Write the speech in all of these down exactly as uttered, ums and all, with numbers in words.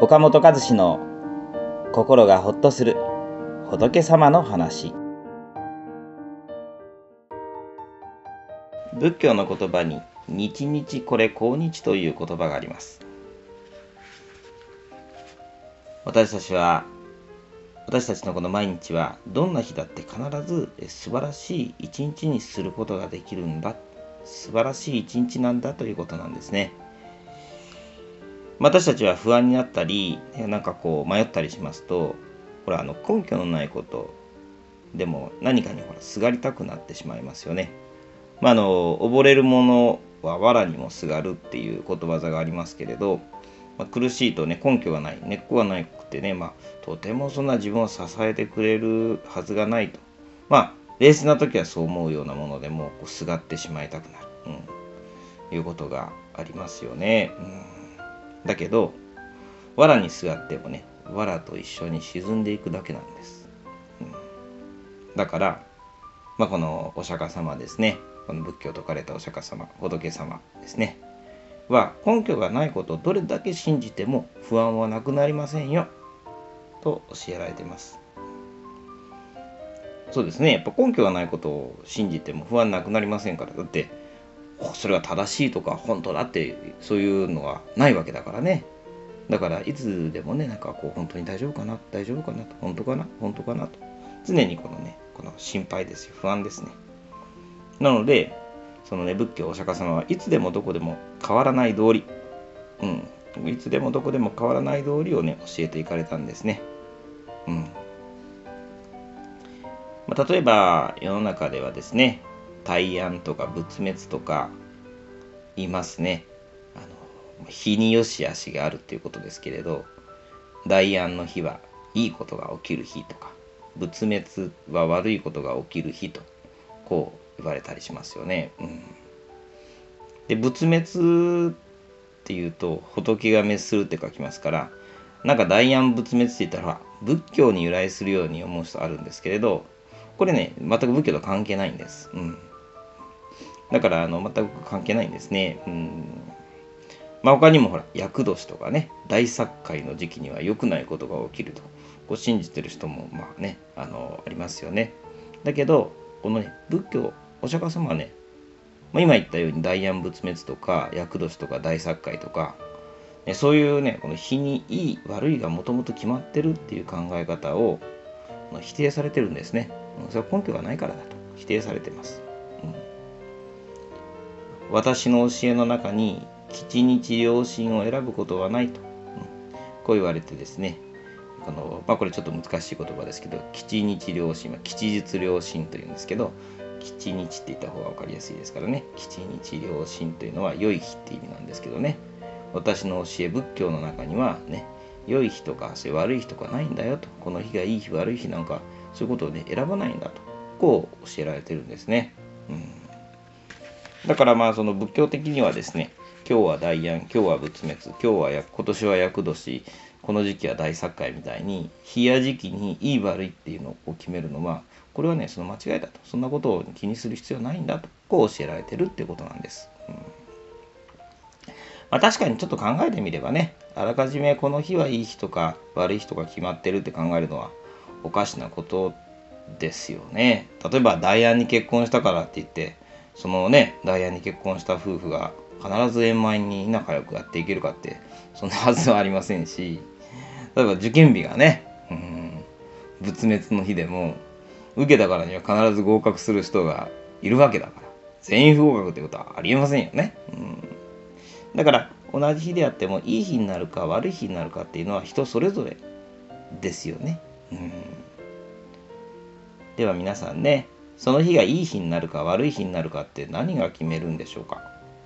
岡本和志の心がほっとする仏様の話。仏教の言葉に日日これ今日という言葉があります。私たちは私たちのこの毎日はどんな日だって必ず素晴らしい一日にすることができるんだ、素晴らしい一日なんだということなんですね。私たちは不安になったりなんかこう迷ったりしますと、これはあの根拠のないことでも何かにほらすがりたくなってしまいますよね。まあ、あの溺れる者は藁にもすがるっていうことわざがありますけれど、まあ、苦しいとね、根拠がない、根っこがなくてね、まあ、とてもそんな自分を支えてくれるはずがないと、まあ冷静な時はそう思うようなものでもこうすがってしまいたくなる、うん、いうことがありますよね。うん、だけど藁にすがってもね、藁と一緒に沈んでいくだけなんです。うん、だから、まあ、このお釈迦様ですね、この仏教を説かれたお釈迦様、仏様ですねは、根拠がないことをどれだけ信じても不安はなくなりませんよと教えられています。そうですね、やっぱ根拠がないことを信じても不安なくなりませんから。だってそれは正しいとか本当だってそういうのはないわけだからね。だからいつでもね、なんかこう本当に大丈夫かな大丈夫かなと、本当かな本当かなと、常にこのね、この心配ですよ、不安ですね。なのでそのね、仏教お釈迦様はいつでもどこでも変わらない道理、うん、いつでもどこでも変わらない道理をね教えていかれたんですね。うん、まあ、例えば世の中ではですね、大安とか仏滅とか言いますね。あの日によし悪しがあるっていうことですけれど、大安の日はいいことが起きる日とか、仏滅は悪いことが起きる日とこう言われたりしますよね。うん、で仏滅っていうと仏が滅するって書きますから、なんか大安仏滅って言ったら仏教に由来するように思う人あるんですけれど、これね全く仏教と関係ないんです。うん、だからあの全く関係ないんですね。うん、まあ他にもほら厄年とかね、大殺界の時期には良くないことが起きるとこう信じてる人もまあね、あのありますよね。だけどこのね仏教お釈迦様はね、まあ、今言ったように大安仏滅とか厄年とか大殺界とか、ね、そういうねこの日にいい悪いがもともと決まってるっていう考え方を否定されてるんですね。それは根拠がないからだと否定されてます。うん、私の教えの中に吉日良心を選ぶことはないと、うん、こう言われてですね、この、まあ、これちょっと難しい言葉ですけど、吉日良心は吉日良心というんですけど、吉日って言った方が分かりやすいですからね。吉日良心というのは良い日って意味なんですけどね、私の教え仏教の中にはね、良い日とかそういう悪い日とかないんだよと、この日がいい日悪い日なんかそういうことをね選ばないんだとこう教えられてるんですね。うん、だからまあその仏教的にはですね、今日は大安、今日は仏滅、今日はや今年は厄年、この時期は大殺界みたいに日や時期にいい悪いっていうのを決めるのは、これはねその間違いだと、そんなことを気にする必要ないんだとこう教えられてるっていうことなんです。うん、まあ、確かにちょっと考えてみればね、あらかじめこの日はいい日とか悪い日とか決まってるって考えるのはおかしなことですよね。例えば大安に結婚したからって言って、そのね大安に結婚した夫婦が必ず円満に仲良くやっていけるかってそんなはずはありませんし、例えば受験日がね、うん、仏滅の日でも受けたからには必ず合格する人がいるわけだから、全員不合格ってことはありえませんよね。うん、だから同じ日であってもいい日になるか悪い日になるかっていうのは人それぞれですよね。うん、では皆さんね、その日がいい日になるか悪い日になるかって何が決めるんでしょうか。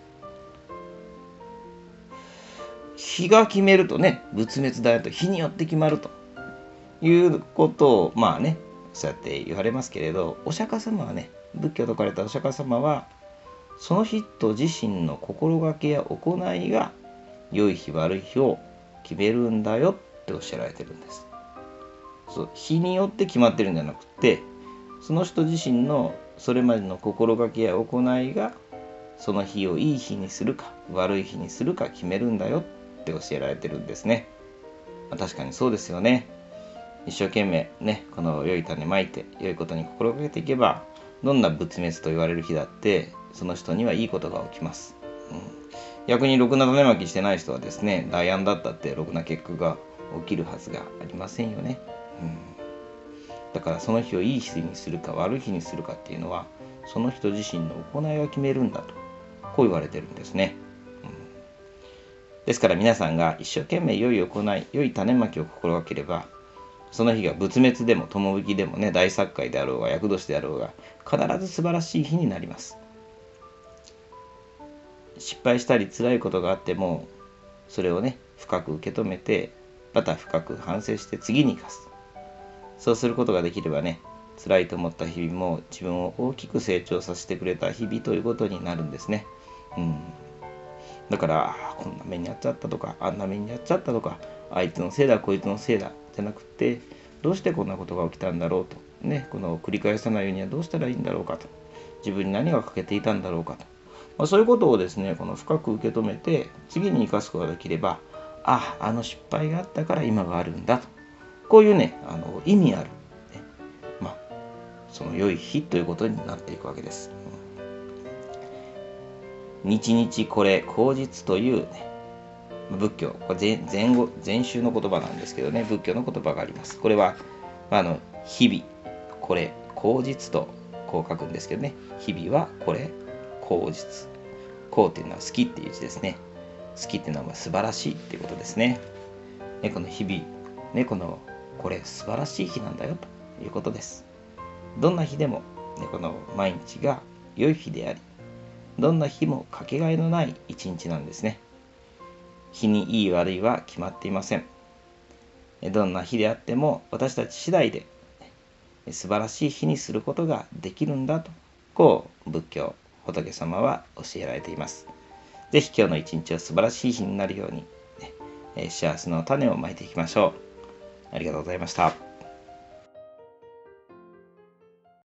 日が決めるとね、仏滅だよと日によって決まるということをまあねそうやって言われますけれど、お釈迦様はね、仏教と書かれたお釈迦様はその人自身の心がけや行いが良い日悪い日を決めるんだよっておっしゃられてるんです。そう、日によって決まってるんじゃなくて、その人自身のそれまでの心がけや行いがその日をいい日にするか悪い日にするか決めるんだよって教えられてるんですね。 まあ、確かにそうですよね。一生懸命ね、この良い種まいて良いことに心がけていけば、どんな仏滅と言われる日だってその人にはいいことが起きます。うん、逆にろくな種まきしてない人はですね、大安だったってろくな結果が起きるはずがありませんよね。うん、だからその日をいい日にするか悪い日にするかっていうのは、その人自身の行いが決めるんだと、こう言われてるんですね。うん、ですから皆さんが一生懸命良い行い、良い種まきを心がければ、その日が仏滅でも友引でもね、大殺界であろうが厄年であろうが、必ず素晴らしい日になります。失敗したり辛いことがあっても、それをね、深く受け止めて、また深く反省して次に生かす。そうすることができればね、辛いと思った日々も自分を大きく成長させてくれた日々ということになるんですね。うん、だからこんな目に遭っちゃったとか、あんな目に遭っちゃったとか、あいつのせいだこいつのせいだじゃなくて、どうしてこんなことが起きたんだろうとね、この繰り返さないようにはどうしたらいいんだろうかと、自分に何が欠けていたんだろうかと、まあ、そういうことをですね、この深く受け止めて次に生かすことができれば、ああの失敗があったから今があるんだと、こういうね、あの意味ある、ね、まあその良い日ということになっていくわけです。日々これ口実という、ね、仏教、これ 前, 前後前週の言葉なんですけどね、仏教の言葉があります。これは、まあ、あの日々これ口実とこう書くんですけどね、日々はこれ口実、口っていうのは好きっていう字ですね。好きっていうのは素晴らしいっていうことですね。ね、この日々、ね、このこれ素晴らしい日なんだよということです。どんな日でも、ね、この毎日が良い日であり、どんな日もかけがえのない一日なんですね。日にいい悪いは決まっていません。どんな日であっても私たち次第で素晴らしい日にすることができるんだと、こう仏教、仏様は教えられています。ぜひ今日の一日は素晴らしい日になるように、ね、幸せの種をまいていきましょう。ありがとうございました。